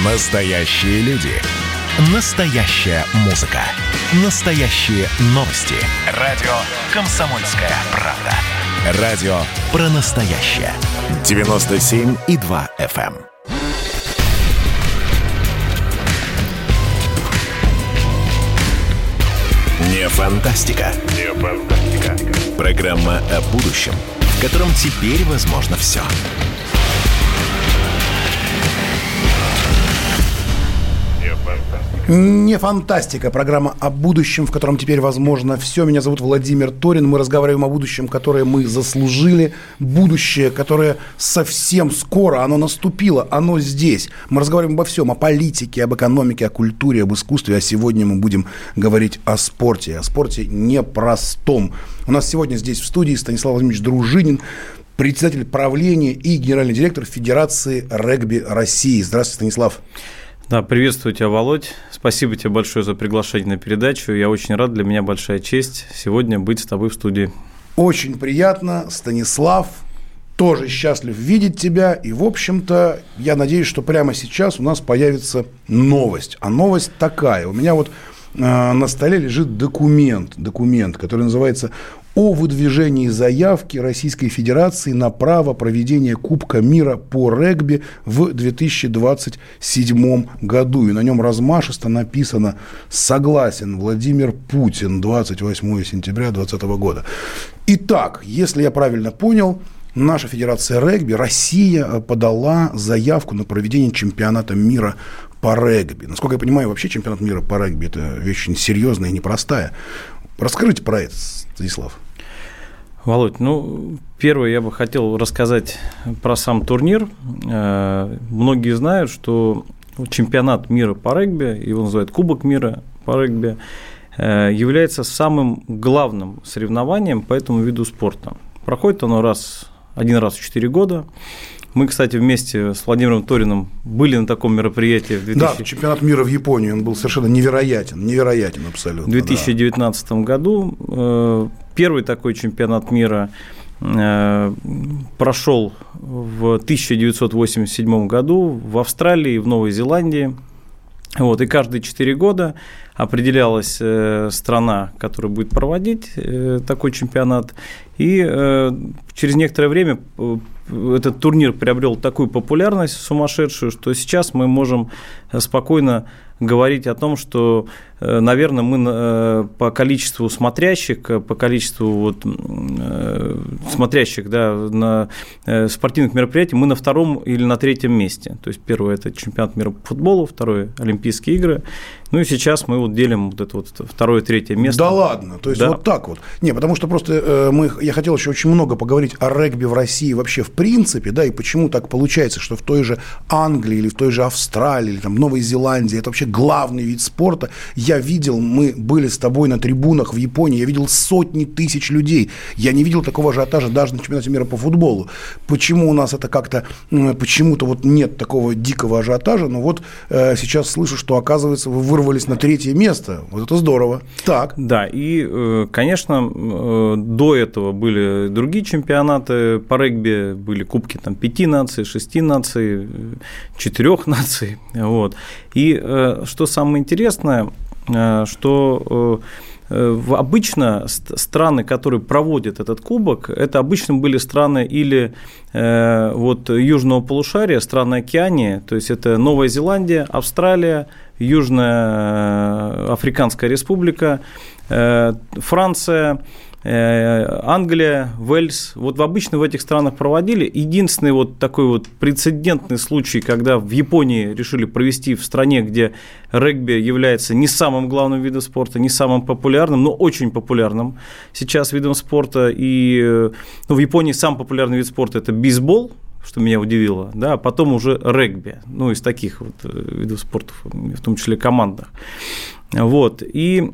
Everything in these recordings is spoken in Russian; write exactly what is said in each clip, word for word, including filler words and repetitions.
Настоящие люди. Настоящая музыка. Настоящие новости. Радио «Комсомольская правда». Радио про настоящее. девяносто семь и два эф эм. Не фантастика. Не фантастика. Программа о будущем, в котором теперь возможно все. Не фантастика. Программа о будущем, в котором теперь возможно все. Меня зовут Владимир Торин. Мы разговариваем о будущем, которое мы заслужили. Будущее, которое совсем скоро, оно наступило, оно здесь. Мы разговариваем обо всем. О политике, об экономике, о культуре, об искусстве. А сегодня мы будем говорить о спорте. О спорте непростом. У нас сегодня здесь в студии Станислав Владимирович Дружинин, председатель правления и генеральный директор Федерации регби России. Здравствуйте, Станислав. Да, приветствую тебя, Володь. Спасибо тебе большое за приглашение на передачу. Я очень рад, для меня большая честь сегодня быть с тобой в студии. Очень приятно, Станислав. Тоже счастлив видеть тебя. И, в общем-то, я надеюсь, что прямо сейчас у нас появится новость. А новость такая. У меня вот э, на столе лежит документ, документ, который называется «О выдвижении заявки Российской Федерации на право проведения Кубка мира по регби в две тысячи двадцать седьмом году». И на нем размашисто написано «Согласен Владимир Путин, двадцать восьмого сентября две тысячи двадцатого года». Итак, если я правильно понял, наша Федерация регби, Россия, подала заявку на проведение чемпионата мира по регби. Насколько я понимаю, вообще чемпионат мира по регби – это вещь очень серьезная и непростая. Расскажите про это, Станислав. Володь, ну, первое, я бы хотел рассказать про сам турнир. Многие знают, что чемпионат мира по регби, его называют Кубок мира по регби, является самым главным соревнованием по этому виду спорта. Проходит оно раз, один раз в четыре года. Мы, кстати, вместе с Владимиром Ториным были на таком мероприятии в две тысячи... Да, чемпионат мира в Японии, он был совершенно невероятен, невероятен абсолютно. В две тысячи девятнадцатом да. году первый такой чемпионат мира прошел в тысяча девятьсот восемьдесят седьмом году в Австралии и в Новой Зеландии. Вот, и каждые четыре года определялась э, страна, которая будет проводить э, такой чемпионат. И э, через некоторое время э, этот турнир приобрел такую популярность сумасшедшую, что сейчас мы можем спокойно говорить о том, что, э, наверное, мы э, по количеству смотрящих, по количеству вот, э, смотрящих да, на э, спортивных мероприятий мы на втором или на третьем месте. То есть первое – это чемпионат мира по футболу, второе – Олимпийские игры. Ну и сейчас мы вот делим вот это вот второе и третье место. Да ладно, то есть да. вот так вот. Не, потому что просто э, мы, я хотел еще очень много поговорить о регби в России вообще в принципе, да, и почему так получается, что в той же Англии или в той же Австралии или там Новой Зеландии это вообще главный вид спорта. Я видел, мы были с тобой на трибунах в Японии, я видел сотни тысяч людей. Я не видел такого ажиотажа даже на чемпионате мира по футболу. Почему у нас это как-то, почему-то вот нет такого дикого ажиотажа, но вот э, сейчас слышу, что, оказывается, вы вырвались на третье место. Вот это здорово. Так. Да, и, конечно, до этого были другие чемпионаты по регби, были кубки там пяти наций, шести наций, четырех наций. Вот. И что самое интересное, что обычно страны, которые проводят этот кубок, это обычно были страны или э, вот, южного полушария, страны Океании, то есть это Новая Зеландия, Австралия, Южная Африканская Республика, э, Франция, Англия, Уэльс, вот обычно в этих странах проводили. Единственный вот такой вот прецедентный случай, когда в Японии решили провести в стране, где регби является не самым главным видом спорта, не самым популярным, но очень популярным сейчас видом спорта. И ну, в Японии самый популярный вид спорта – это бейсбол, что меня удивило, да, а потом уже регби, ну, из таких вот видов спорта, в том числе командных. Вот, и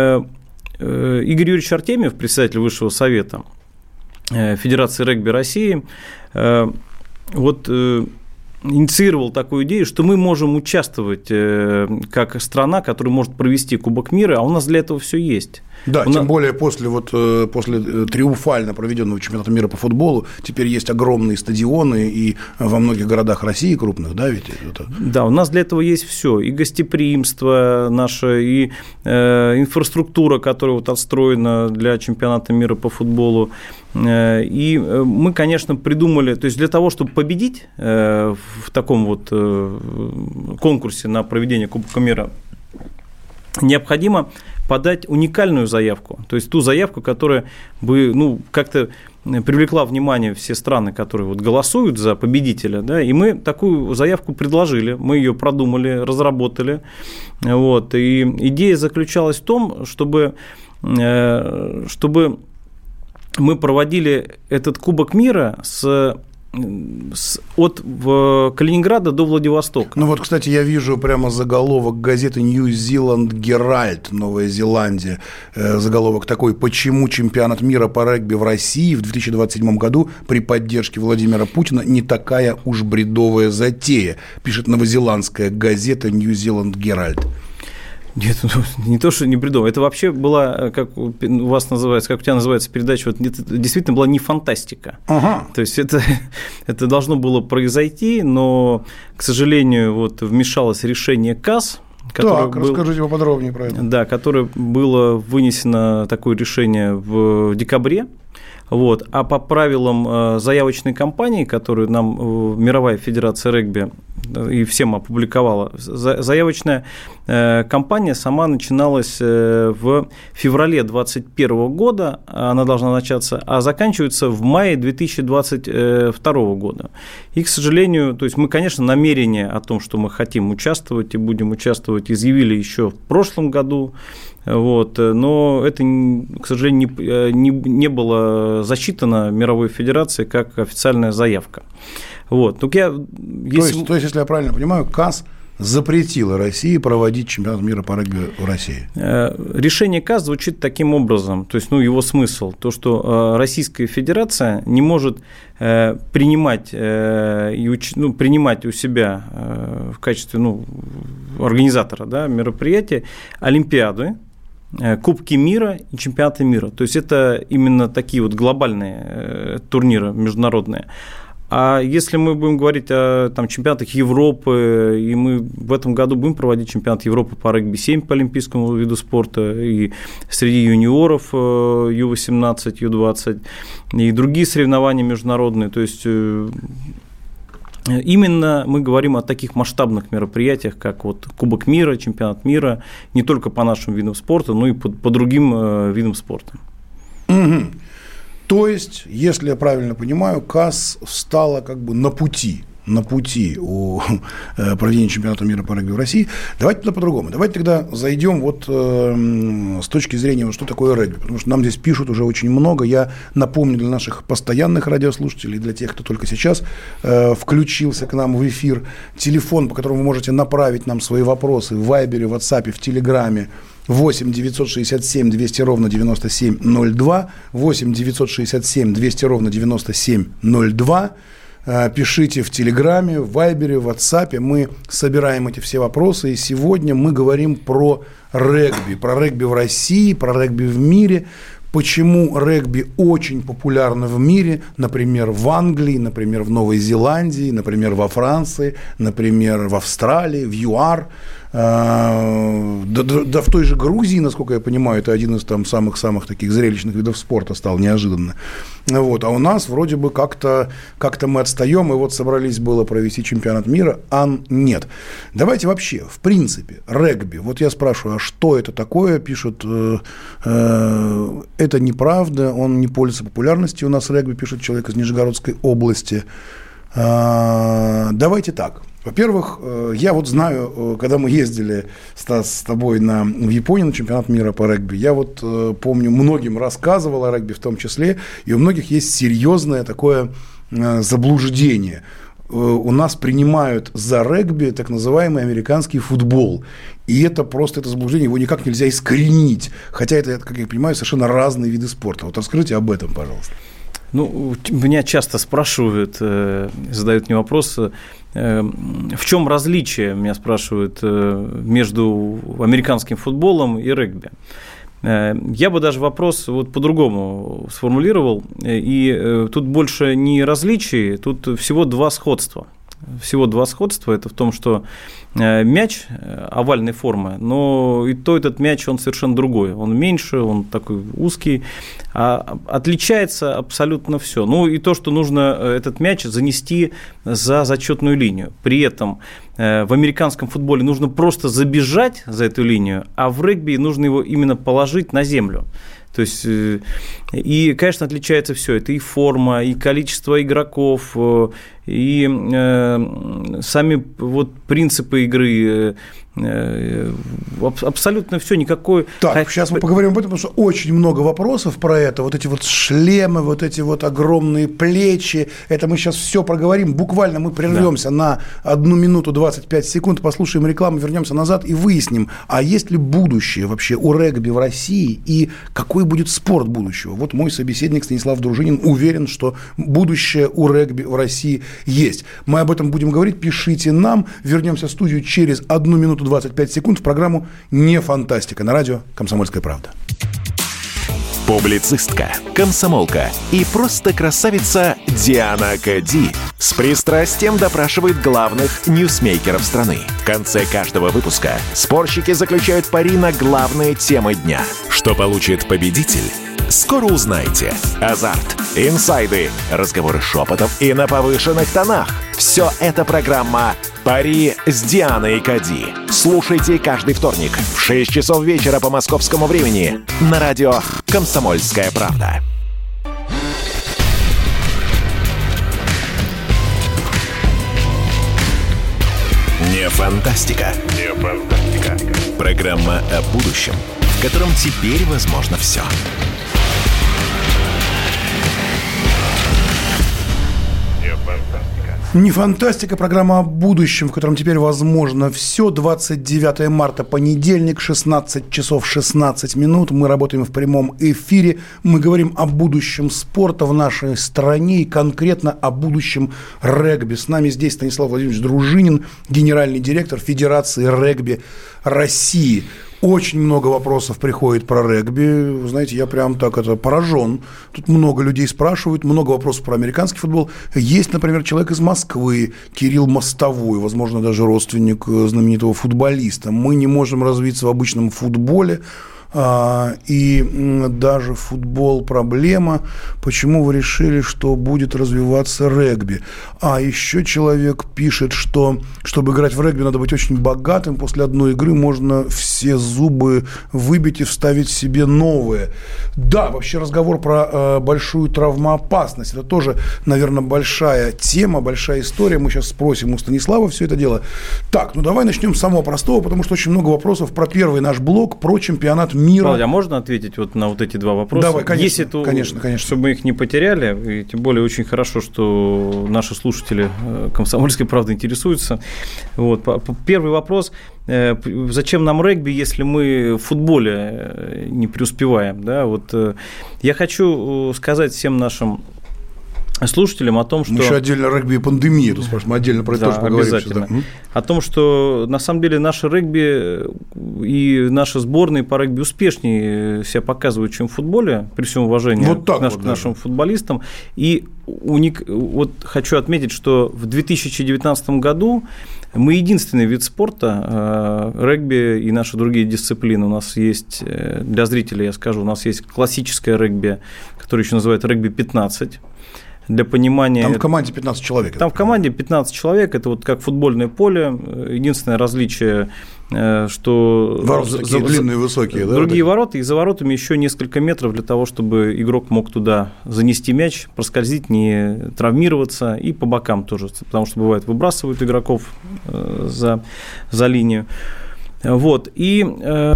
Игорь Юрьевич Артемьев, председатель Высшего совета Федерации регби России, вот инициировал такую идею, что мы можем участвовать как страна, которая может провести Кубок мира, а у нас для этого все есть. Да, у тем нас... более после, вот, после триумфально проведенного чемпионата мира по футболу теперь есть огромные стадионы и во многих городах России крупных, да, ведь это... Да, у нас для этого есть все, и гостеприимство наше, и э, инфраструктура, которая вот отстроена для чемпионата мира по футболу. И мы, конечно, придумали, то есть для того, чтобы победить в таком вот конкурсе на проведение Кубка мира, необходимо подать уникальную заявку, то есть ту заявку, которая бы, ну, как-то привлекла внимание все страны, которые вот голосуют за победителя, да, и мы такую заявку предложили, мы ее продумали, разработали, вот, и идея заключалась в том, чтобы, чтобы мы проводили этот Кубок мира с, с, от в Калининграда до Владивостока. Ну вот, кстати, я вижу прямо заголовок газеты New Zealand Herald, Новая Зеландия. Э, заголовок такой: «Почему чемпионат мира по регби в России в две тысячи двадцать седьмом году при поддержке Владимира Путина не такая уж бредовая затея», пишет новозеландская газета New Zealand Herald. Нет, не то, что не бредово. Это вообще была, как у вас называется, как у тебя называется передача, вот, это действительно была не фантастика. Ага. То есть это, это должно было произойти, но, к сожалению, вот вмешалось решение КАС. Так, был, расскажите поподробнее про это. Да, которое было вынесено, такое решение в декабре. Вот. А по правилам заявочной кампании, которую нам Мировая федерация регби и всем опубликовала, заявочная кампания сама начиналась в феврале две тысячи двадцать первого года, она должна начаться, а заканчивается в мае две тысячи двадцать второго года. И, к сожалению, то есть мы, конечно, намерение о том, что мы хотим участвовать и будем участвовать, изъявили еще в прошлом году. Вот, но это, к сожалению, не, не, не было засчитано Мировой Федерацией как официальная заявка. Вот. Так я, если... То есть, то есть, если я правильно понимаю, КАС запретила России проводить чемпионат мира по регби в России? Решение КАС звучит таким образом, то есть, ну, его смысл, то, что Российская Федерация не может принимать, ну, принимать у себя в качестве, ну, организатора, да, мероприятия Олимпиады, Кубки мира и чемпионаты мира. То есть это именно такие вот глобальные турниры международные. А если мы будем говорить о там, чемпионатах Европы, и мы в этом году будем проводить чемпионат Европы по регби семь по олимпийскому виду спорта, и среди юниоров ю восемнадцать, ю двадцать, и другие соревнования международные, то есть именно мы говорим о таких масштабных мероприятиях, как вот Кубок мира, чемпионат мира, не только по нашим видам спорта, но и по, по другим видам спорта. Угу. То есть, если я правильно понимаю, КАС встала как бы на пути, на пути у проведения чемпионата мира по регби в России. Давайте тогда по-другому. Давайте тогда зайдем вот э, с точки зрения, вот, что такое регби. Потому что нам здесь пишут уже очень много. Я напомню для наших постоянных радиослушателей, для тех, кто только сейчас э, включился к нам в эфир, телефон, по которому вы можете направить нам свои вопросы в Вайбере, в WhatsApp, в Телеграме. восемь девятьсот шестьдесят семь двести ровно девяносто семь ноль два, восемь девятьсот шестьдесят семь двести ровно девяносто семь ноль два. Пишите в Телеграме, в Вайбере, в WhatsApp. Мы собираем эти все вопросы. И сегодня мы говорим про регби. Про регби в России, про регби в мире. Почему регби очень популярно в мире, например, в Англии, например, в Новой Зеландии, например, во Франции, например, в Австралии, в ЮАР. Да, да, да в той же Грузии, насколько я понимаю, это один из там самых-самых таких зрелищных видов спорта стал неожиданно. Вот. А у нас вроде бы как-то, как-то мы отстаем, и вот собрались было провести чемпионат мира, а нет. Давайте вообще, в принципе, регби. Вот я спрашиваю, а что это такое? Пишут, э, э, это неправда, он не пользуется популярностью. У нас регби, пишет человек из Нижегородской области. Э, давайте так. Во-первых, я вот знаю, когда мы ездили, Стас, с тобой на, в Японию на чемпионат мира по регби, я вот помню, многим рассказывал о регби в том числе, и у многих есть серьезное такое заблуждение. У нас принимают за регби так называемый американский футбол. И это просто, это заблуждение, его никак нельзя искоренить. Хотя это, как я понимаю, совершенно разные виды спорта. Вот расскажите об этом, пожалуйста. Ну, меня часто спрашивают, задают мне вопросы, в чем различие, меня спрашивают, между американским футболом и регби. Я бы даже вопрос вот по-другому сформулировал, и тут больше не различий, тут всего два сходства. Всего два сходства. Это в том, что мяч овальной формы, но и то этот мяч, он совершенно другой. Он меньше, он такой узкий. А отличается абсолютно все. Ну и то, что нужно этот мяч занести за зачетную линию. При этом в американском футболе нужно просто забежать за эту линию, а в регби нужно его именно положить на землю. То есть, и, конечно, отличается все. Это и форма, и количество игроков, и э, сами вот принципы игры, э, абсолютно все, никакой... Так, сейчас мы поговорим об этом, потому что очень много вопросов про это. Вот эти вот шлемы, вот эти вот огромные плечи. Это мы сейчас все проговорим. Буквально мы прервемся да. на одну минуту двадцать пять секунд, послушаем рекламу, вернемся назад и выясним, а есть ли будущее вообще у регби в России и какой будет спорт будущего. Вот мой собеседник Станислав Дружинин уверен, что будущее у регби в России есть. Мы об этом будем говорить. Пишите нам. Вернемся в студию через одну минуту двадцать пять секунд в программу «Не фантастика» на радио «Комсомольская правда». Публицистка, комсомолка и просто красавица Диана Кади с пристрастием допрашивает главных ньюсмейкеров страны. В конце каждого выпуска спорщики заключают пари на главные темы дня. Что получит победитель? Скоро узнаете. Азарт, инсайды, разговоры шепотов и на повышенных тонах. Все это программа «Пари с Дианой Кади». Слушайте каждый вторник в шесть часов вечера по московскому времени на радио «Комсомольская правда». Не фантастика. Не фантастика. Программа о будущем, в котором теперь возможно все. Не фантастика, программа о будущем, в котором теперь возможно все. двадцать девятое марта, понедельник, шестнадцать часов шестнадцать минут. Мы работаем в прямом эфире. Мы говорим о будущем спорта в нашей стране и конкретно о будущем регби. С нами здесь Станислав Владимирович Дружинин, генеральный директор Федерации регби России. Очень много вопросов приходит про регби. Вы знаете, я прям так это поражен. Тут много людей спрашивают, много вопросов про американский футбол. Есть, например, человек из Москвы, Кирилл Мостовой, возможно, даже родственник знаменитого футболиста. Мы не можем развиться в обычном футболе. И даже футбол проблема. Почему вы решили, что будет развиваться регби? А еще человек пишет, что чтобы играть в регби, надо быть очень богатым. После одной игры можно все зубы выбить и вставить себе новые. Да, вообще разговор про э, большую травмоопасность. Это тоже, наверное, большая тема, большая история. Мы сейчас спросим у Станислава все это дело. Так, ну давай начнем с самого простого, потому что очень много вопросов про первый наш блок, про чемпионат мира. Володя, а можно ответить вот на вот эти два вопроса? Давай, конечно, Если то, конечно, конечно. Чтобы мы их не потеряли, и тем более очень хорошо, что наши слушатели «Комсомольской правды» интересуются. Вот. Первый вопрос. Зачем нам регби, если мы в футболе не преуспеваем? Да? Вот. Я хочу сказать всем нашим слушателям о том, что... Мы еще отдельно регби и пандемию, мы отдельно про это да, тоже поговорим. Обязательно. Да. О том, что на самом деле наши регби и наши сборные по регби успешнее себя показывают, чем в футболе, при всем уважении вот к, наш, вот, к нашим да. футболистам. И уник... вот хочу отметить, что в две тысячи девятнадцатом году мы единственный вид спорта, регби и наши другие дисциплины. У нас есть, для зрителей я скажу, у нас есть классическое регби, которое еще называют регби пятнадцать. Для понимания... Там в команде пятнадцать человек. Там в команде пятнадцать человек, это вот как футбольное поле. Единственное различие, что... Ворота за, такие за, длинные, высокие, да? Другие вот ворота, и за воротами еще несколько метров для того, чтобы игрок мог туда занести мяч, проскользить, не травмироваться, и по бокам тоже, потому что бывает выбрасывают игроков за, за линию. Вот, и...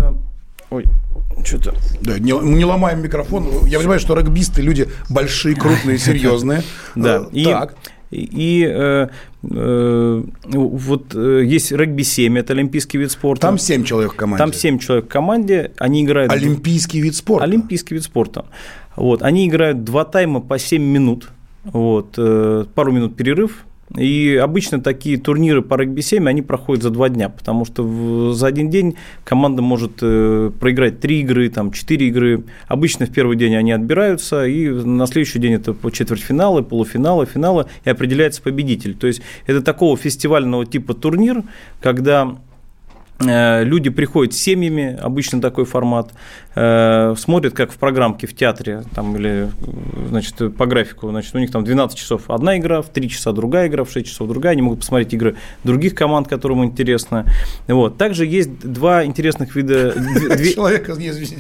Ой, что-то... Да, не, мы не ломаем микрофон. Я понимаю, что регбисты люди большие, крупные, серьезные. Да, и, и э, э, вот есть регби семь, это олимпийский вид спорта. Там семь человек в команде. Там семь человек в команде, они играют... Олимпийский вид спорта. Олимпийский вид спорта. Вот, они играют два тайма по семь минут, вот, пару минут перерыв, И обычно такие турниры по регби семь, они проходят за два дня, потому что за один день команда может проиграть три игры, там, четыре игры. Обычно в первый день они отбираются, и на следующий день это четвертьфиналы, полуфиналы, финалы, и определяется победитель. То есть это такого фестивального типа турнир, когда люди приходят с семьями, обычно такой формат, смотрят, как в программке в театре, там, или, значит, по графику, значит, у них там двенадцать часов одна игра, в три часа другая игра, в шесть часов другая, они могут посмотреть игры других команд, которым интересно. Вот. Также есть два интересных вида... Человек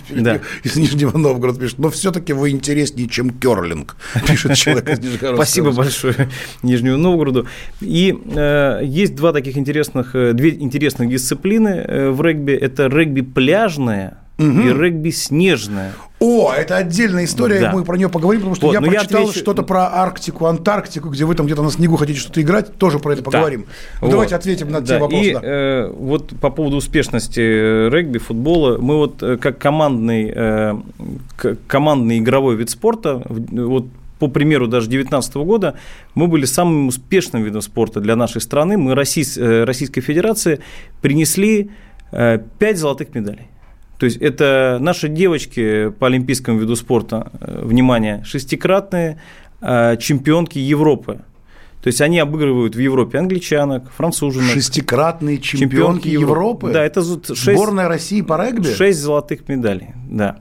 из Нижнего Новгорода пишет, но все-таки вы интереснее, чем керлинг, пишет человек из Нижегородска. Спасибо большое Нижнему Новгороду. И есть два таких интересных, две интересных дисциплины в регби. Это регби пляжное угу. и регби снежное. О, это отдельная история, да. Мы про нее поговорим, потому что вот, я прочитал я отвечу... что-то про Арктику, Антарктику, где вы там где-то на снегу хотите что-то играть, тоже про это поговорим. Да. Вот. Давайте ответим на да. те вопросы. И да. э, вот по поводу успешности регби, футбола, мы вот как командный, э, командный игровой вид спорта, вот по примеру даже две тысячи девятнадцатого года, мы были самым успешным видом спорта для нашей страны. Мы Российской Федерации принесли пять золотых медалей. То есть это наши девочки по олимпийскому виду спорта, внимание, шестикратные чемпионки Европы. То есть они обыгрывают в Европе англичанок, француженок. Шестикратные чемпионки, чемпионки Европы? Европы? Да, это шесть, сборная России по регби? Шесть золотых медалей, да.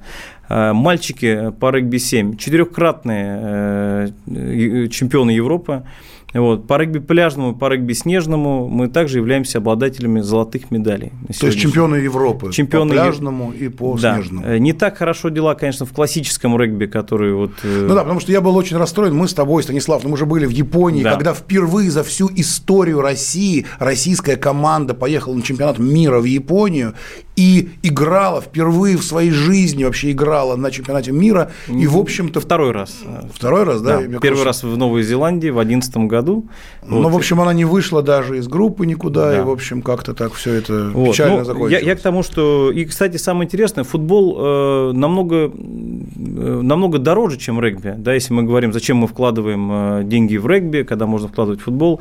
Мальчики по регби семь, четырехкратные чемпионы Европы. Вот. По регби пляжному, по регби снежному мы также являемся обладателями золотых медалей. То есть чемпионы Европы чемпионы по пляжному и по да. снежному. Не так хорошо дела, конечно, в классическом регби, который вот... Ну да, потому что я был очень расстроен. Мы с тобой, Станислав, мы уже были в Японии, да. когда впервые за всю историю России российская команда поехала на чемпионат мира в Японию и играла впервые в своей жизни, вообще играла на чемпионате мира. И, в общем-то... Второй раз. Второй раз, да? да. Первый кажется... раз в Новой Зеландии в две тысячи одиннадцатом году. Ну, вот. В общем, она не вышла даже из группы никуда, да. и, в общем, как-то так все это вот. печально ну, закончилось. Я, я к тому, что... И, кстати, самое интересное, футбол э, намного, э, намного дороже, чем регби. Да, если мы говорим, зачем мы вкладываем э, деньги в регби, когда можно вкладывать в футбол.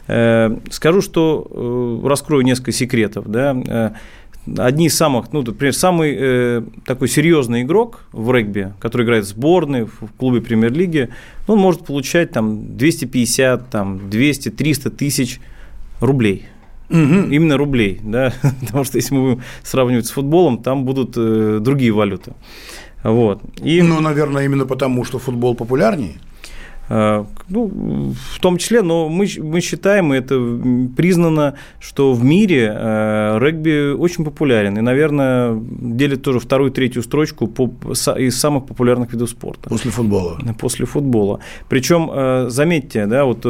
Э, скажу, что... Э, раскрою несколько секретов, да. Э, Одни из самых, ну, например, самый э, такой серьезный игрок в регби, который играет в сборной, в клубе премьер-лиги, он может получать там двести пятьдесят, там, двести, триста тысяч рублей. Угу. Именно рублей, да, потому что если мы будем сравнивать с футболом, там будут э, другие валюты. Вот. И... Ну, наверное, именно потому, что футбол популярнее. Ну, в том числе, но мы, мы считаем, и это признано, что в мире регби очень популярен. И, наверное, делит тоже вторую, третью строчку по, из самых популярных видов спорта. После футбола. После футбола. Причем, заметьте, да, вот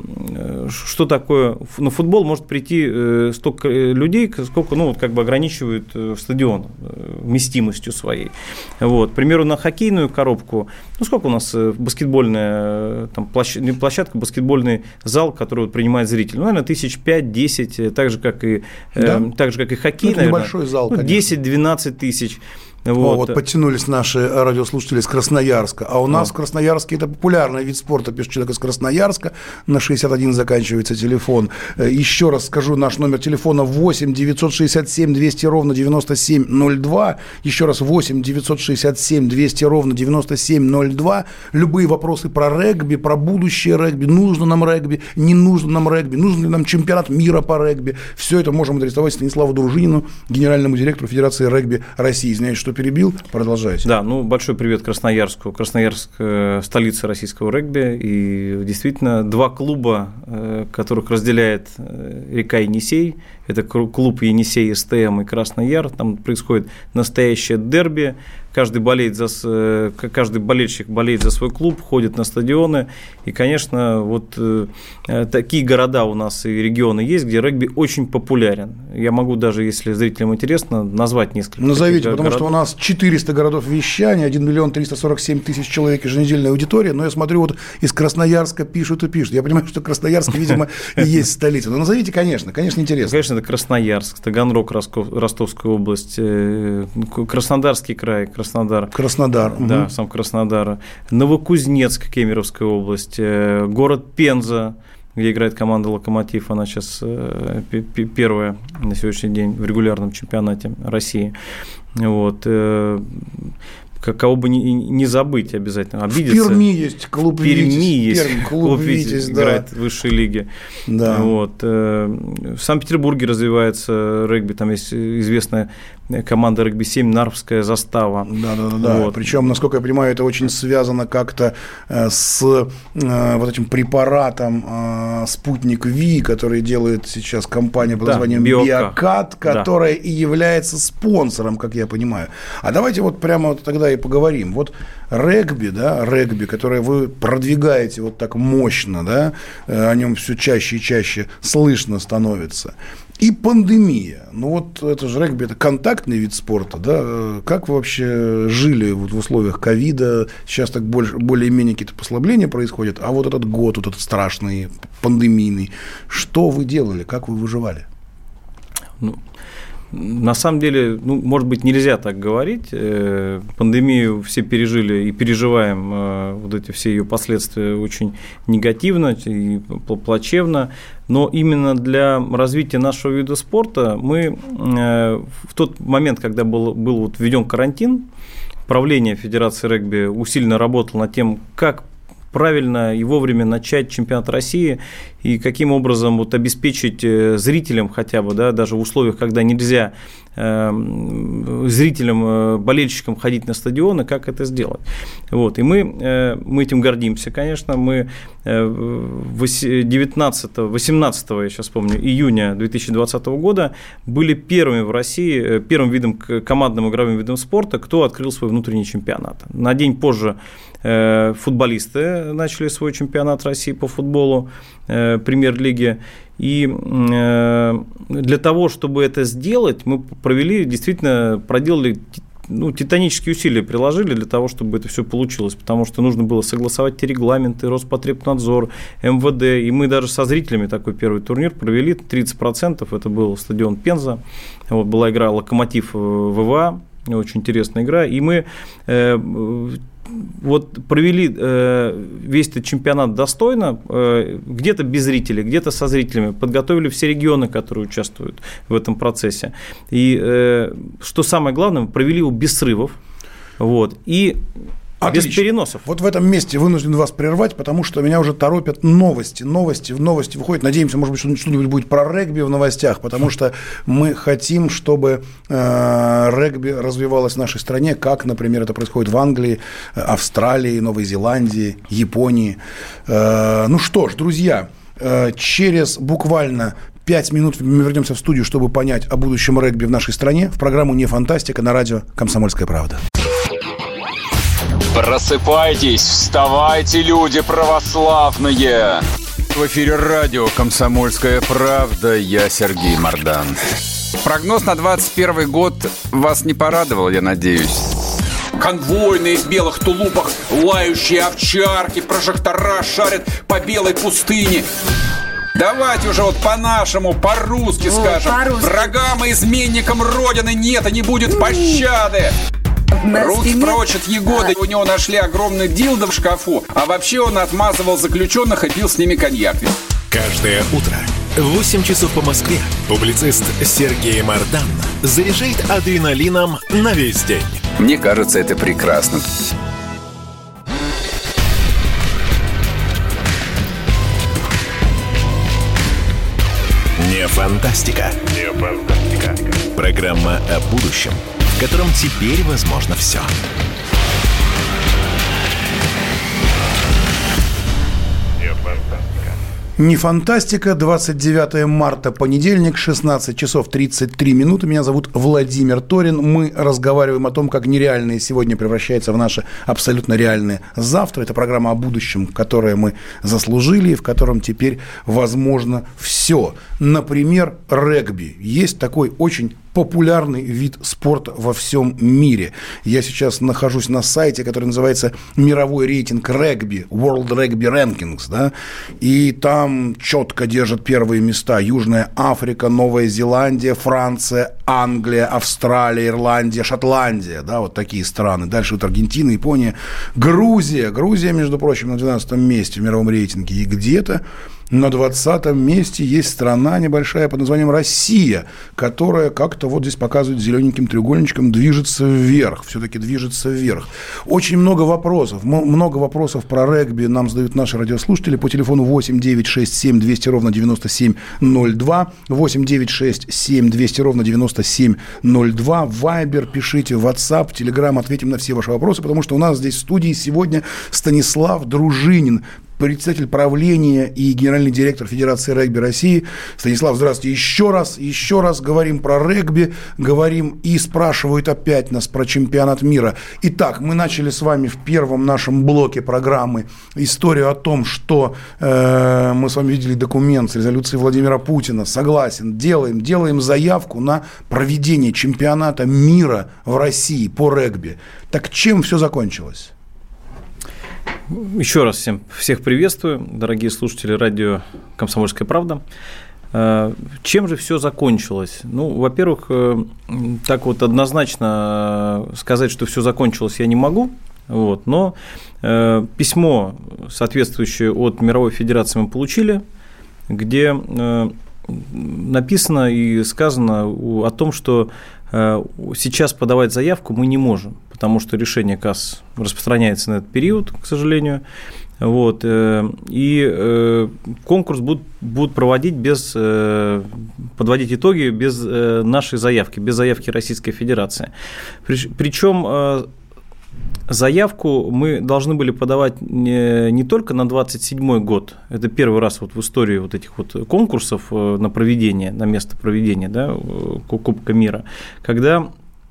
что такое... На футбол может прийти столько людей, сколько, ну, вот как бы ограничивают стадион вместимостью своей. Вот. К примеру, на хоккейную коробку, ну, сколько у нас баскетбольная там, площадка, площадка, баскетбольный зал, который вот принимает зрителей. Ну, наверное, тысяч пять-десять, так же, как и, да? э, так же, как и хоккей, ну, наверное. Небольшой зал, ну, десять-двенадцать тысяч. Вот. О, вот подтянулись наши радиослушатели из Красноярска. А у нас а. в Красноярске это популярный вид спорта, пишет человек из Красноярска. На шестьдесят один заканчивается телефон. Еще раз скажу, наш номер телефона восемь девятьсот шестьдесят семь двести ровно девяносто семь ноль два. Еще раз восемь девятьсот шестьдесят семь двести ровно девяносто семь ноль два. Любые вопросы про регби, про будущее регби, нужно нам регби, не нужно нам регби, нужен ли нам чемпионат мира по регби. Все это можем адресовать Станиславу Дружинину, генеральному директору Федерации регби России. Знаете, что перебил, продолжайте. Да, ну, большой привет Красноярску. Красноярск – столица российского регби, и действительно два клуба, которых разделяет река Енисей, это клуб Енисей СТМ и Красный Яр, там происходит настоящее дерби, каждый, болеет за, каждый болельщик болеет за свой клуб, ходит на стадионы, и, конечно, вот такие города у нас и регионы есть, где регби очень популярен. Я могу даже, если зрителям интересно, назвать несколько. Назовите, потому городов. Что у нас четыреста городов вещания, один миллион триста сорок семь тысяч человек еженедельная аудитория, но я смотрю, вот из Красноярска пишут и пишут. Я понимаю, что Красноярск, видимо, и есть столица. Но назовите, конечно, конечно, интересно. Конечно, это Красноярск, Таганрог, Ростовская область, Краснодарский край, Краснодар. Краснодар. Да, угу. сам Краснодар. Новокузнецк, Кемеровская область, город Пенза, где играет команда «Локомотив». Она сейчас первая на сегодняшний день в регулярном чемпионате России. Вот. Кого бы не, не забыть обязательно. Обидеться. В Перми есть клуб в Перми «Витязь». есть Пермь, клуб, клуб «Витязь», «Витязь», да. играет в высшей лиге. Да. Вот. В Санкт-Петербурге развивается регби, там есть известная команда регби семь, Нарвская застава. Да, да, да, да. Вот. Причем, насколько я понимаю, это очень связано как-то с э, вот этим препаратом э, «Спутник Ви», который делает сейчас компания под да, названием «Биокат», которая да. и является спонсором, как я понимаю. А давайте вот прямо вот тогда и поговорим. Вот регби, да, регби, которое вы продвигаете вот так мощно, да, о нем все чаще и чаще слышно становится. И пандемия. Ну вот это же регби, это контактный вид спорта, да? Как вы вообще жили вот в условиях ковида? Сейчас так больше, более-менее какие-то послабления происходят, а вот этот год, вот этот страшный, пандемийный, что вы делали, как вы выживали? Ну, на самом деле, ну, может быть, нельзя так говорить. Пандемию все пережили и переживаем вот эти все ее последствия очень негативно и плачевно. Но именно для развития нашего вида спорта мы в тот момент, когда был, был вот введен карантин, правление Федерации регби усиленно работало над тем, как правильно и вовремя начать чемпионат России и каким образом вот обеспечить зрителям хотя бы, да, даже в условиях, когда нельзя э, зрителям, э, болельщикам ходить на стадионы, как это сделать. Вот. И мы, э, мы этим гордимся, конечно. Мы девятнадцатого, восемнадцатого, я сейчас помню, июня две тысячи двадцатого года были первыми в России, первым видом, командным игровым видом спорта, кто открыл свой внутренний чемпионат. На день позже футболисты начали свой чемпионат России по футболу, премьер-лиги. И для того, чтобы это сделать, мы провели, действительно, проделали, ну, титанические усилия приложили для того, чтобы это все получилось, потому что нужно было согласовать те регламенты, Роспотребнадзор, эм вэ дэ, и мы даже со зрителями такой первый турнир провели, тридцать процентов, это был стадион Пенза, вот была игра «Локомотив» вэ вэ а, очень интересная игра, и мы э, вот провели э, весь этот чемпионат достойно, э, где-то без зрителей, где-то со зрителями, подготовили все регионы, которые участвуют в этом процессе. И э, что самое главное, провели его без срывов, вот, и Отлично. без переносов. Вот в этом месте вынужден вас прервать, потому что меня уже торопят новости. Новости, новости выходят. Надеемся, может быть, что-нибудь будет про регби в новостях, потому что мы хотим, чтобы э, регби развивалось в нашей стране, как, например, это происходит в Англии, Австралии, Новой Зеландии, Японии. Э, ну что ж, друзья, э, через буквально пять минут мы вернемся в студию, чтобы понять о будущем регби в нашей стране, в программу «Не фантастика» на радио «Комсомольская правда». Просыпайтесь, вставайте, люди православные! В эфире радио «Комсомольская правда», я Сергей Мордан. Прогноз на двадцать первый год вас не порадовал, я надеюсь. Конвойные в белых тулупах, лающие овчарки, прожектора шарят по белой пустыне. Давайте уже вот по-нашему, по-русски О, скажем. По-русски. Врагам и изменникам Родины нет и не будет пощады. Руки прочь от Егоды. У него нашли огромный дилдо в шкафу. А вообще он отмазывал заключенных и пил с ними коньяк. Каждое утро в восемь часов по Москве публицист Сергей Мордан заряжает адреналином на весь день. Мне кажется, это прекрасно. Не фантастика. Не фантастика. Программа о будущем, в котором теперь возможно все. Не фантастика. двадцать девятое марта, понедельник, шестнадцать часов тридцать три минуты. Меня зовут Владимир Торин. Мы разговариваем о том, как нереальное сегодня превращается в наше абсолютно реальное завтра. Это программа о будущем, которое мы заслужили и в котором теперь возможно все. Например, регби. Есть такой очень популярный вид спорта во всем мире. Я сейчас нахожусь на сайте, который называется «Мировой рейтинг регби», World Rugby Rankings, да, и там четко держат первые места Южная Африка, Новая Зеландия, Франция, Англия, Австралия, Ирландия, Шотландия, да, вот такие страны. Дальше вот Аргентина, Япония, Грузия. Грузия, между прочим, на двенадцатом месте в мировом рейтинге. И где-то на двадцатом месте есть страна небольшая под названием Россия, которая как-то вот здесь показывает зелененьким треугольничком, движется вверх, все-таки движется вверх. Очень много вопросов, много вопросов про регби нам задают наши радиослушатели по телефону восемь девятьсот шестьдесят семь двести ровно девяносто семь ноль два, восемь девятьсот шестьдесят семь двести ровно девяносто семь ноль два, Вайбер, пишите, WhatsApp, Telegram, ответим на все ваши вопросы, потому что у нас здесь в студии сегодня Станислав Дружинин, председатель правления и генеральный директор Федерации регби России. Станислав, здравствуйте. Еще раз, еще раз говорим про регби, говорим и спрашивают опять нас про чемпионат мира. Итак, мы начали с вами в первом нашем блоке программы историю о том, что э, мы с вами видели документ с резолюцией Владимира Путина. Согласен, делаем, делаем заявку на проведение чемпионата мира в России по регби. Так чем все закончилось? Еще раз всем, всех приветствую, дорогие слушатели радио «Комсомольская правда». Чем же все закончилось? Ну, во-первых, так вот однозначно сказать, что все закончилось, я не могу, вот, но письмо соответствующее от Мировой Федерации мы получили, где написано и сказано о том, что сейчас подавать заявку мы не можем, потому что решение КАС распространяется на этот период, к сожалению. Вот, и конкурс будут, будут проводить без, подводить итоги без нашей заявки, без заявки Российской Федерации. Причем заявку мы должны были подавать не, не только на двадцать седьмой год, это первый раз вот в истории вот этих вот конкурсов на проведение, на место проведения, да, Кубка мира, когда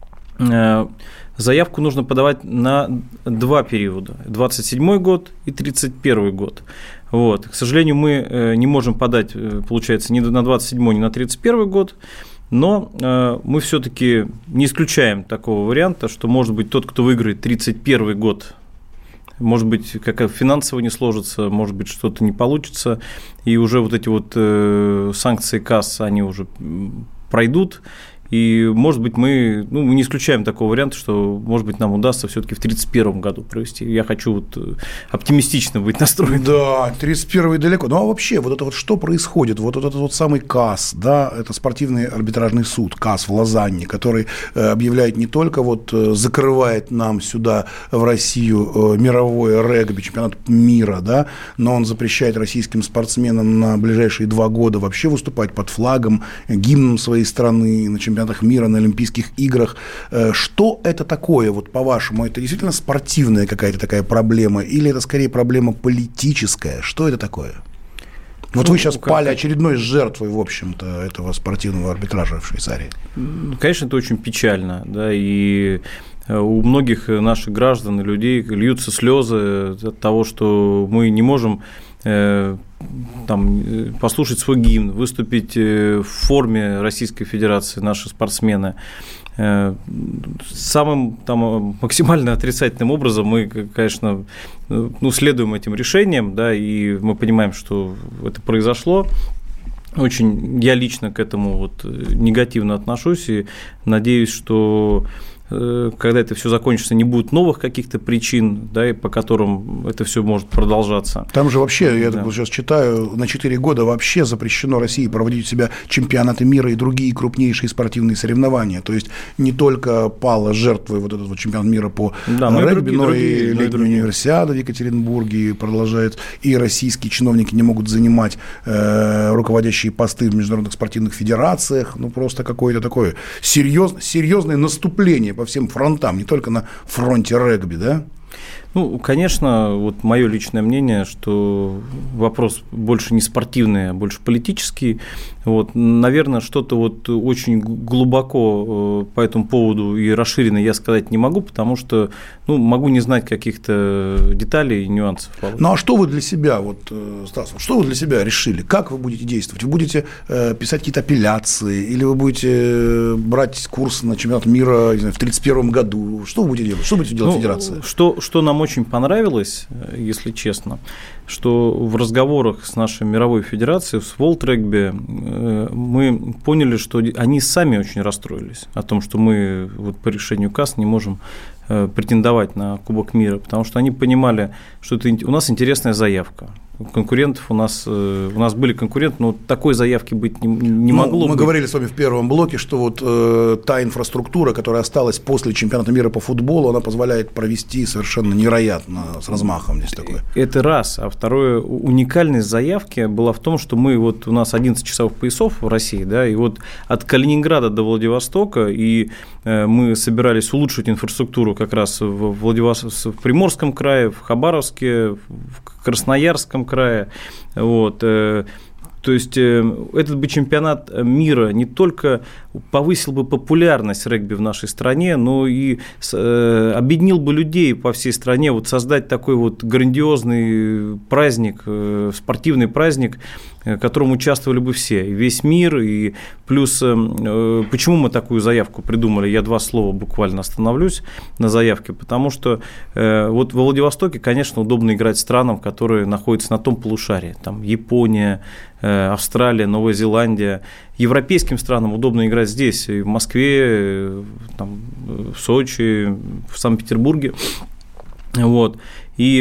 заявку нужно подавать на два периода, двадцать седьмой год и тридцать первый год. Вот. К сожалению, мы не можем подать, получается, ни на двадцать седьмой, ни на тридцать первый год, но э, мы все-таки не исключаем такого варианта, что, может быть, тот, кто выиграет тридцать первый год, может быть, как финансово не сложится, может быть, что-то не получится, и уже вот эти вот э, санкции КАС, они уже пройдут. И, может быть, мы, ну, мы не исключаем такого варианта, что, может быть, нам удастся все-таки в тридцать первом году провести. Я хочу вот оптимистично быть настроен. Да, тридцать первый далеко. Ну, а вообще, вот это вот что происходит? Вот этот вот самый КАС, да, это спортивный арбитражный суд, КАС в Лозанне, который объявляет не только вот закрывает нам сюда, в Россию, мировое регби, чемпионат мира, да, но он запрещает российским спортсменам на ближайшие два года вообще выступать под флагом, гимном своей страны на чемпионате мира, на Олимпийских играх. Что это такое, вот по-вашему? Это действительно спортивная какая-то такая проблема или это скорее проблема политическая? Что это такое? Вот ну, вы сейчас как... пали очередной жертвой, в общем-то, этого спортивного арбитража в Швейцарии. Конечно, это очень печально, да, и у многих наших граждан и людей льются слезы от того, что мы не можем там, послушать свой гимн, выступить в форме Российской Федерации, наши спортсмены. Самым там, максимально отрицательным образом мы, конечно, ну, следуем этим решениям, да, и мы понимаем, что это произошло. Очень я лично к этому вот негативно отношусь и надеюсь, что когда это все закончится, не будет новых каких-то причин, да, и по которым это все может продолжаться. Там же вообще, я да. сейчас читаю, на четыре года вообще запрещено России проводить у себя чемпионаты мира и другие крупнейшие спортивные соревнования. То есть не только пала жертвой вот этот вот чемпионат мира по да, регби, но и летняя универсиада в Екатеринбурге продолжает, и российские чиновники не могут занимать э, руководящие посты в международных спортивных федерациях. Ну, просто какое-то такое серьез, серьезное наступление по всем фронтам, не только на фронте регби, да? Ну, конечно, вот мое личное мнение, что вопрос больше не спортивный, а больше политический. Вот, наверное, что-то вот очень глубоко по этому поводу и расширенно я сказать не могу, потому что, ну, могу не знать каких-то деталей и нюансов. Ну, а что вы для себя, вот, Стас, что вы для себя решили? Как вы будете действовать? Вы будете писать какие-то апелляции или вы будете брать курс на чемпионат мира, не знаю, в тридцать первом году? Что вы будете делать? Что будете делать, ну, Федерация? Что, что, на мой очень понравилось, если честно, что в разговорах с нашей мировой федерацией, с World Rugby, мы поняли, что они сами очень расстроились о том, что мы вот по решению КАС не можем претендовать на Кубок мира, потому что они понимали, что это, у нас интересная заявка. Конкурентов у нас, у нас были конкуренты, но такой заявки быть не, не ну, могло. Мы быть. говорили с вами в первом блоке, что вот э, та инфраструктура, которая осталась после чемпионата мира по футболу, она позволяет провести совершенно невероятно с размахом здесь такое. Это раз. А второе, уникальность заявки была в том, что мы, вот у нас одиннадцать часовых поясов в России, да, и вот от Калининграда до Владивостока, и э, мы собирались улучшить инфраструктуру как раз в, Владивос... в Приморском крае, в Хабаровске, в Красноярском крае, вот, то есть этот бы чемпионат мира не только повысил бы популярность регби в нашей стране, но и объединил бы людей по всей стране, вот создать такой вот грандиозный праздник, спортивный праздник, в котором участвовали бы все, и весь мир, и плюс, почему мы такую заявку придумали, я два слова буквально остановлюсь на заявке, потому что вот во Владивостоке, конечно, удобно играть странам, которые находятся на том полушарии, там Япония, Австралия, Новая Зеландия. Европейским странам удобно играть здесь, и в Москве, там, в Сочи, в Санкт-Петербурге. Вот. И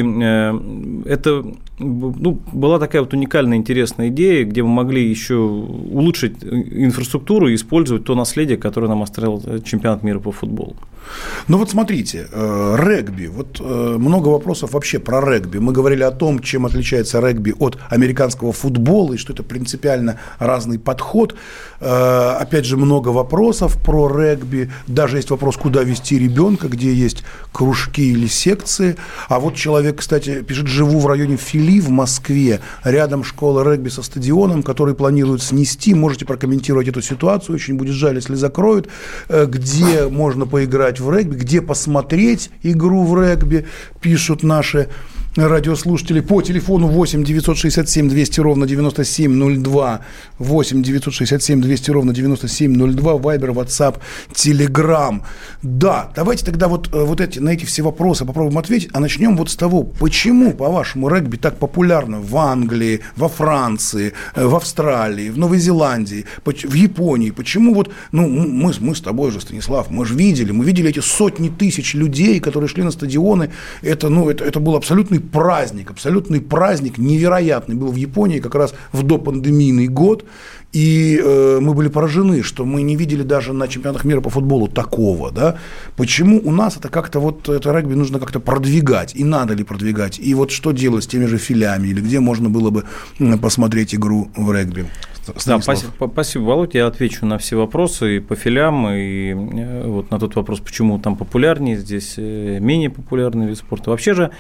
это ну, была такая вот уникальная, интересная идея, где мы могли еще улучшить инфраструктуру и использовать то наследие, которое нам оставил чемпионат мира по футболу. Ну вот смотрите, регби, вот много вопросов вообще про регби. Мы говорили о том, чем отличается регби от американского футбола, и что это принципиально разный подход. Опять же, много вопросов про регби. Даже есть вопрос, куда вести ребенка, где есть кружки или секции. А вот человек, кстати, пишет, живу в районе Фили в Москве, рядом школа регби со стадионом, который планируют снести. Можете прокомментировать эту ситуацию, очень будет жаль, если закроют. Где можно поиграть в регби, где посмотреть игру в регби, пишут наши радиослушатели по телефону восемь девятьсот шестьдесят семь двести ровно девяносто семь ноль два, восемь девятьсот шестьдесят семь двести ровно девяносто семь ноль два, Вайбер, Ватсап, Телеграм. Да, давайте тогда вот, вот эти, на эти все вопросы попробуем ответить, а начнем вот с того, почему, по-вашему, регби так популярно в Англии, во Франции, в Австралии, в Новой Зеландии, в Японии, почему вот, ну, мы, мы с тобой же, Станислав, мы же видели, мы видели эти сотни тысяч людей, которые шли на стадионы, это, ну, это, это был абсолютный праздник, абсолютный праздник, невероятный, был в Японии как раз в допандемийный год, и э, мы были поражены, что мы не видели даже на чемпионатах мира по футболу такого, да, почему у нас это как-то вот, это регби нужно как-то продвигать, и надо ли продвигать, и вот что делать с теми же филями, или где можно было бы посмотреть игру в регби? Да, спасибо, спасибо, Володь. Я отвечу на все вопросы и по филям, и вот на тот вопрос, почему там популярнее, здесь менее популярный вид спорта. Вообще же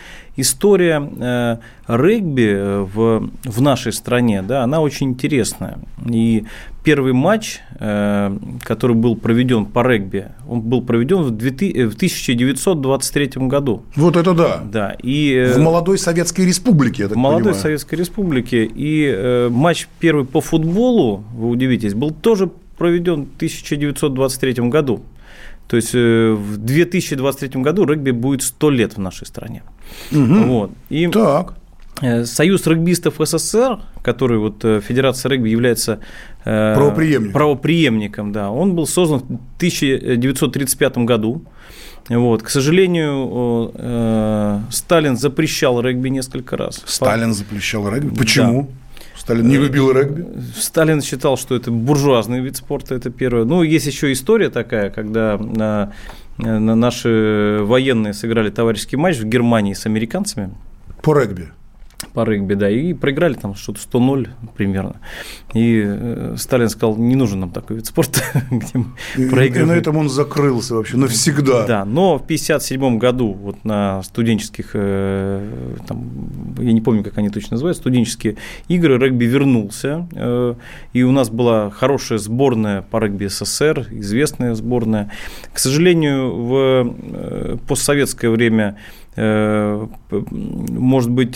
история регби в, в нашей стране, да, она очень интересная. И первый матч, который был проведен по регби, он был проведен в тысяча девятьсот двадцать третьем году. Вот это да. Да, и, в молодой Советской Республике, я так В молодой понимаю. Советской Республике. И матч первый по футболу, вы удивитесь, был тоже проведен в тысяча девятьсот двадцать третьем году. То есть в две тысячи двадцать третьем году регби будет сто лет в нашей стране. Угу. Вот. И так. Союз регбистов СССР, который вот Федерация регби является правопреемником, правопреемником, да, он был создан в тысяча девятьсот тридцать пятом году. Вот. К сожалению, Сталин запрещал регби несколько раз. Сталин запрещал регби? Почему? Да. Сталин не любил регби? Сталин считал, что это буржуазный вид спорта, это первое. Ну, есть еще история такая, когда на, на наши военные сыграли товарищеский матч в Германии с американцами. По регби? По регби, да, и проиграли там что-то сто ноль примерно. И э, Сталин сказал, не нужен нам такой вид спорта, где мы и, проигрываем. И на этом он закрылся вообще навсегда. Да, но в пятьдесят седьмом году вот на студенческих, э, там, я не помню, как они точно называются, студенческие игры, регби вернулся, э, и у нас была хорошая сборная по регби СССР, известная сборная. К сожалению, в э, постсоветское время, может быть,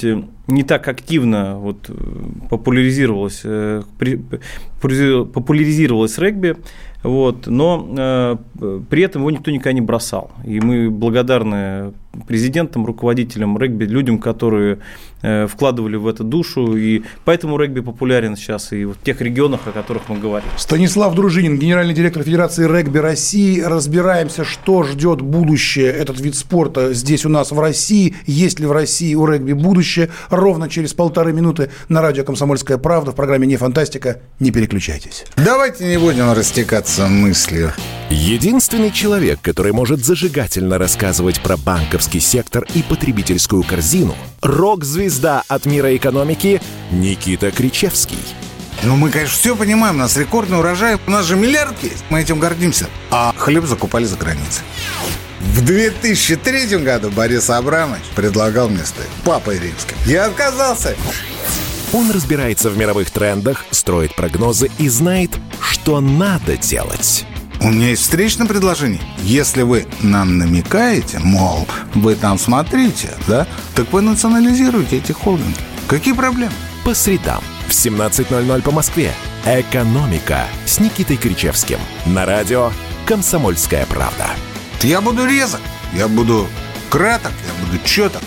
не так активно вот популяризировалось, популяризировалось регби, вот, но э, при этом его никто никогда не бросал. И мы благодарны президентам, руководителям регби, людям, которые э, вкладывали в это душу, и поэтому регби популярен сейчас и в тех регионах, о которых мы говорим. Станислав Дружинин, генеральный директор Федерации регби России. Разбираемся, что ждет будущее этот вид спорта здесь у нас в России, есть ли в России у регби будущее. Ровно через полторы минуты на радио «Комсомольская правда» в программе «Не фантастика». Не переключайтесь. Давайте не будем растекаться мыслью. Единственный человек, который может зажигательно рассказывать про банковский сектор и потребительскую корзину – рок-звезда от мира экономики Никита Кричевский. Ну, мы, конечно, все понимаем, у нас рекордный урожай, у нас же миллиард есть, мы этим гордимся. А хлеб закупали за границей. В две тысячи третьем году Борис Абрамович предлагал мне стать папой римским. Я отказался. Он разбирается в мировых трендах, строит прогнозы и знает, что надо делать. У меня есть встречное предложение. Если вы нам намекаете, мол, вы там смотрите, да, так вы национализируете эти холдинги. Какие проблемы? По средам в семнадцать ноль ноль по Москве. «Экономика» с Никитой Кричевским. На радио «Комсомольская правда». Я буду резок, я буду краток, я буду четок.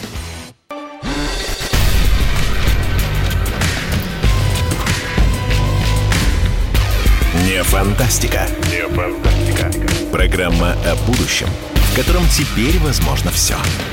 Не фантастика. Не фантастика. Программа о будущем, в котором теперь возможно все.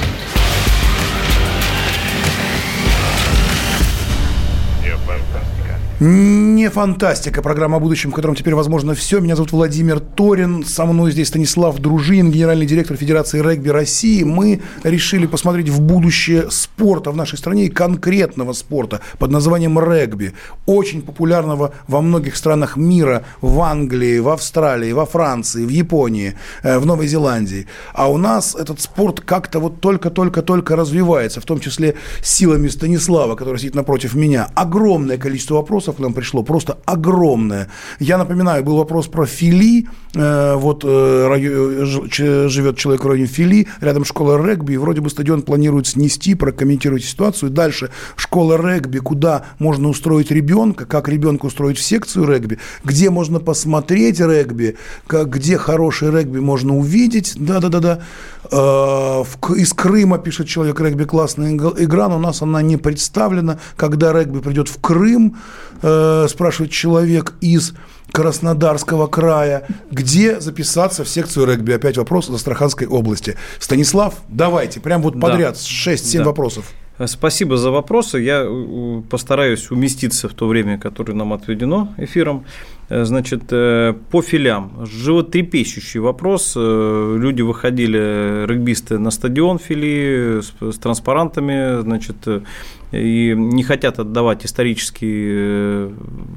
Не фантастика. Программа о будущем, в котором теперь возможно все. Меня зовут Владимир Торин. Со мной здесь Станислав Дружинин, генеральный директор Федерации регби России. Мы решили посмотреть в будущее спорта в нашей стране и конкретного спорта под названием регби. Очень популярного во многих странах мира. В Англии, в Австралии, во Франции, в Японии, в Новой Зеландии. А у нас этот спорт как-то вот только-только-только развивается, в том числе силами Станислава, который сидит напротив меня. Огромное количество вопросов к нам пришло, просто огромное. Я напоминаю, был вопрос про Фили. Э, вот э, район, ж, живет человек в районе Фили, рядом школа регби, и вроде бы стадион планируют снести, прокомментируйте ситуацию. Дальше школа регби, куда можно устроить ребенка, как ребенка устроить в секцию регби, где можно посмотреть регби, как, где хороший регби можно увидеть. Да-да-да-да. Э, в, из Крыма, пишет человек, регби классная игра, но у нас она не представлена. Когда регби придет в Крым, э, спрашивает человек из Краснодарского края, где записаться в секцию регби. Опять вопрос из Астраханской области. Станислав, давайте, прям вот подряд, да. шесть-семь да. вопросов. Спасибо за вопросы. Я постараюсь уместиться в то время, которое нам отведено эфиром. Значит, по филям. Животрепещущий вопрос. Люди выходили, регбисты, на стадион Фили с, с транспарантами, значит, и не хотят отдавать исторический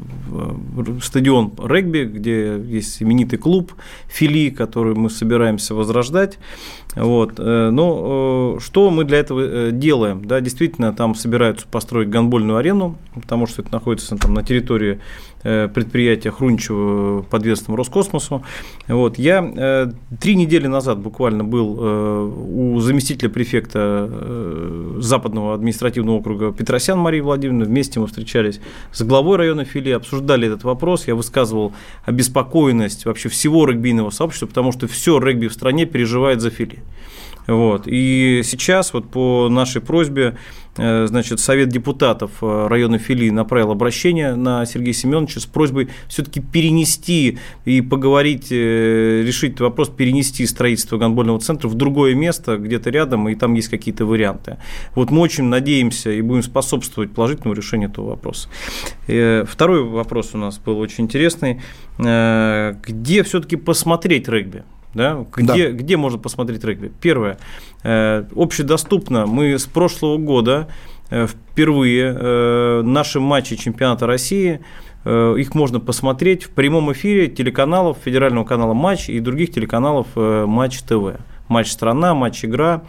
стадион регби, где есть именитый клуб Фили, который мы собираемся возрождать. Вот. Но что мы для этого делаем? Да, действительно, там собираются построить гандбольную арену, потому что это находится там на территории предприятия Хрунчева под ведомством Роскосмосу. Вот. Я три недели назад буквально был у заместителя префекта Западного административного округа Петросян Марии Владимировны. Вместе мы встречались с главой района Фили, обсуждали этот вопрос. Я высказывал обеспокоенность вообще всего регбийного сообщества, потому что все регби в стране переживает за Фили. Вот. И сейчас вот по нашей просьбе, значит, Совет депутатов района Фили направил обращение на Сергея Семеновича с просьбой все-таки перенести и поговорить, решить этот вопрос, перенести строительство гандбольного центра в другое место, где-то рядом, и там есть какие-то варианты. Вот мы очень надеемся и будем способствовать положительному решению этого вопроса. Второй вопрос у нас был очень интересный. Где все-таки посмотреть регби? Да? Где, да. где можно посмотреть регби? Первое. Э, общедоступно. Мы с прошлого года э, впервые э, наши матчи чемпионата России, э, их можно посмотреть в прямом эфире телеканалов, федерального канала «Матч» и других телеканалов э, «Матч ТВ». «Матч Страна», «Матч Игра».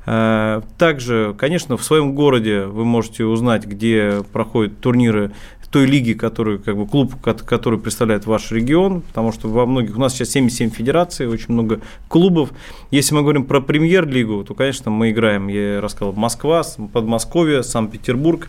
Также, конечно, в своем городе вы можете узнать, где проходят турниры той лиги, который, как бы, клуб, который представляет ваш регион, потому что во многих, у нас сейчас семьдесят семь федераций, очень много клубов. Если мы говорим про премьер-лигу, то, конечно, мы играем, я рассказал, Москва, Подмосковье, Санкт-Петербург.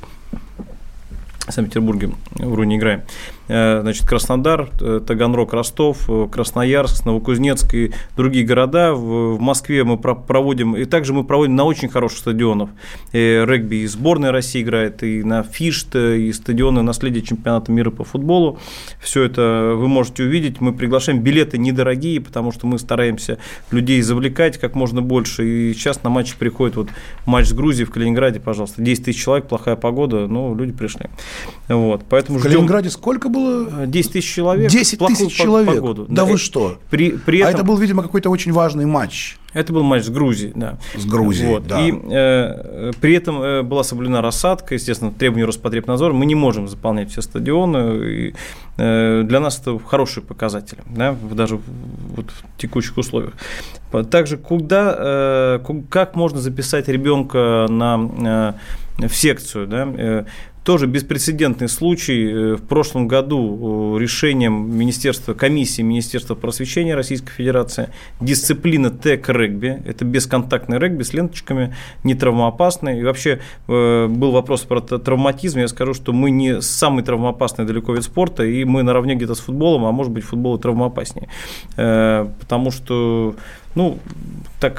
В Санкт-Петербурге, вру, не играем. Значит, Краснодар, Таганрог, Ростов, Красноярск, Новокузнецк и другие города. В Москве мы проводим, и также мы проводим на очень хороших стадионах. И регби и сборная России играет, и на Фишт, и стадионы наследия чемпионата мира по футболу. Все это вы можете увидеть. Мы приглашаем, билеты недорогие, потому что мы стараемся людей завлекать как можно больше. И сейчас на матче приходит вот матч с Грузией в Калининграде, пожалуйста, десять тысяч человек, плохая погода, но люди пришли. Вот, поэтому в ждем... Калининграде сколько было? десять тысяч человек. десять тысяч человек? Погоду. Да, да вы что? При, при этом... А это был, видимо, какой-то очень важный матч. Это был матч с Грузией, да. С Грузией, вот. да. И э, при этом э, была соблюдена рассадка, естественно, требования Роспотребнадзора. Мы не можем заполнять все стадионы. И, э, для нас это хороший показатель, да, даже вот в текущих условиях. Также куда, э, как можно записать ребенка на, э, в секцию, да? Э, Тоже беспрецедентный случай. В прошлом году решением Министерства, комиссии Министерства просвещения Российской Федерации дисциплина тэк-регби, это бесконтактный регби с ленточками, не травмоопасный. И вообще был вопрос про травматизм. Я скажу, что мы не самый травмоопасный далеко вид спорта, и мы наравне где-то с футболом, а может быть футбол и травмоопаснее. Потому что, ну, так...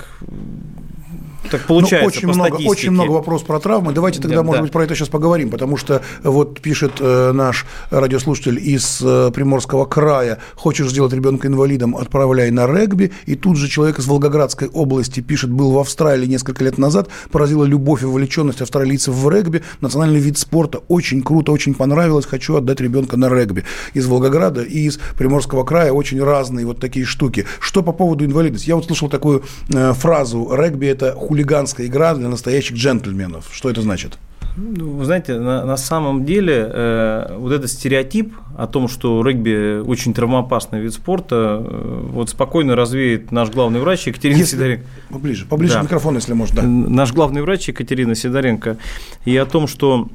Так получается, ну, очень, по много, статистике. очень много вопросов про травмы. Давайте тогда, да, может да. быть, про это сейчас поговорим, потому что вот пишет э, наш радиослушатель из э, Приморского края: хочешь сделать ребенка инвалидом, отправляй на регби. И тут же человек из Волгоградской области пишет: был в Австралии несколько лет назад, поразила любовь и вовлеченность австралийцев в регби, национальный вид спорта, очень круто, очень понравилось, хочу отдать ребенка на регби. Из Волгограда и из Приморского края очень разные вот такие штуки. Что по поводу инвалидности? Я вот слышал такую э, фразу: регби – это хулиганская игра для настоящих джентльменов. Что это значит? Вы знаете, на, на самом деле э, вот этот стереотип о том, что регби очень травмоопасный вид спорта, э, вот спокойно развеет наш главный врач Екатерина если... Сидоренко. Поближе, поближе да. к микрофону, если можно. Да. Наш главный врач Екатерина Сидоренко. И о том, что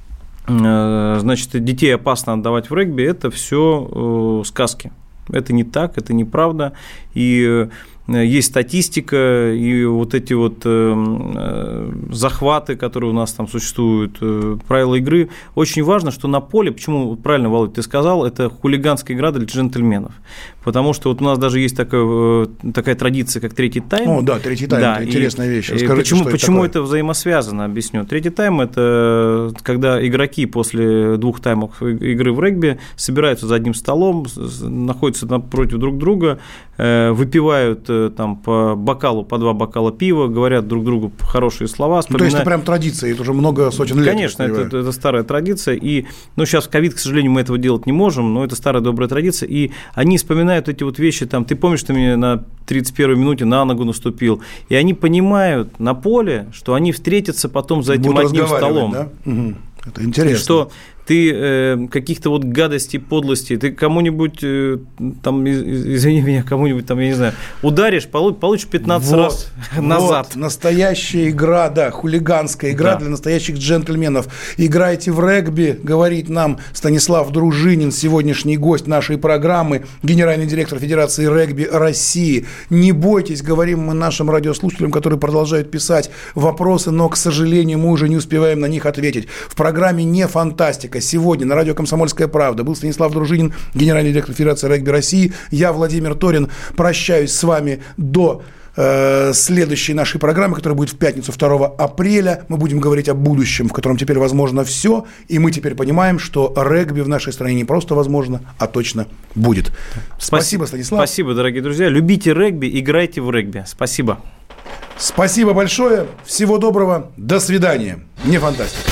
э, значит, детей опасно отдавать в регби, это все э, сказки. Это не так, это неправда. И есть статистика, и вот эти вот э, захваты, которые у нас там существуют, э, правила игры. Очень важно, что на поле, почему, правильно, Володь, ты сказал, это хулиганская игра для джентльменов. Потому что вот у нас даже есть такая, такая традиция, как третий тайм. О, да, третий тайм, да, это интересная вещь. Расскажите, почему что почему это, это взаимосвязано, объясню. Третий тайм – это когда игроки после двух таймов игры в регби собираются за одним столом, находятся напротив друг друга, выпивают там по бокалу, по два бокала пива, говорят друг другу хорошие слова. Ну, то есть это прям традиция, это уже много сотен лет. Конечно, это, это, это старая традиция. И, ну, сейчас в ковид, к сожалению, мы этого делать не можем, но это старая добрая традиция. И они вспоминают эти вот вещи, там, ты помнишь, ты мне на тридцать первой минуте на ногу наступил, и они понимают на поле, что они встретятся потом за этим будут одним столом. Да? Угу. Это интересно. И что ты э, каких-то вот гадостей, подлостей, ты кому-нибудь, э, там, извини меня, кому-нибудь, там, я не знаю, ударишь, получишь пятнадцать вот, раз назад. Вот, настоящая игра, да, хулиганская игра да. для настоящих джентльменов. Играйте в регби, говорит нам Станислав Дружинин, сегодняшний гость нашей программы, генеральный директор Федерации регби России. Не бойтесь, говорим мы нашим радиослушателям, которые продолжают писать вопросы, но, к сожалению, мы уже не успеваем на них ответить. В программе «Не фантастика» сегодня на радио «Комсомольская правда» был Станислав Дружинин, генеральный директор Федерации регби России. Я, Владимир Торин, прощаюсь с вами до э, следующей нашей программы, которая будет в пятницу второго апреля. Мы будем говорить о будущем, в котором теперь возможно все, и мы теперь понимаем, что регби в нашей стране не просто возможно, а точно будет. Спасибо, Станислав. Спасибо, дорогие друзья. Любите регби, играйте в регби. Спасибо. Спасибо большое. Всего доброго. До свидания. Не фантастика.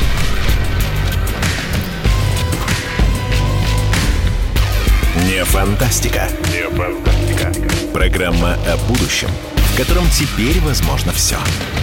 Не фантастика. Не фантастика. Программа о будущем, в котором теперь возможно все.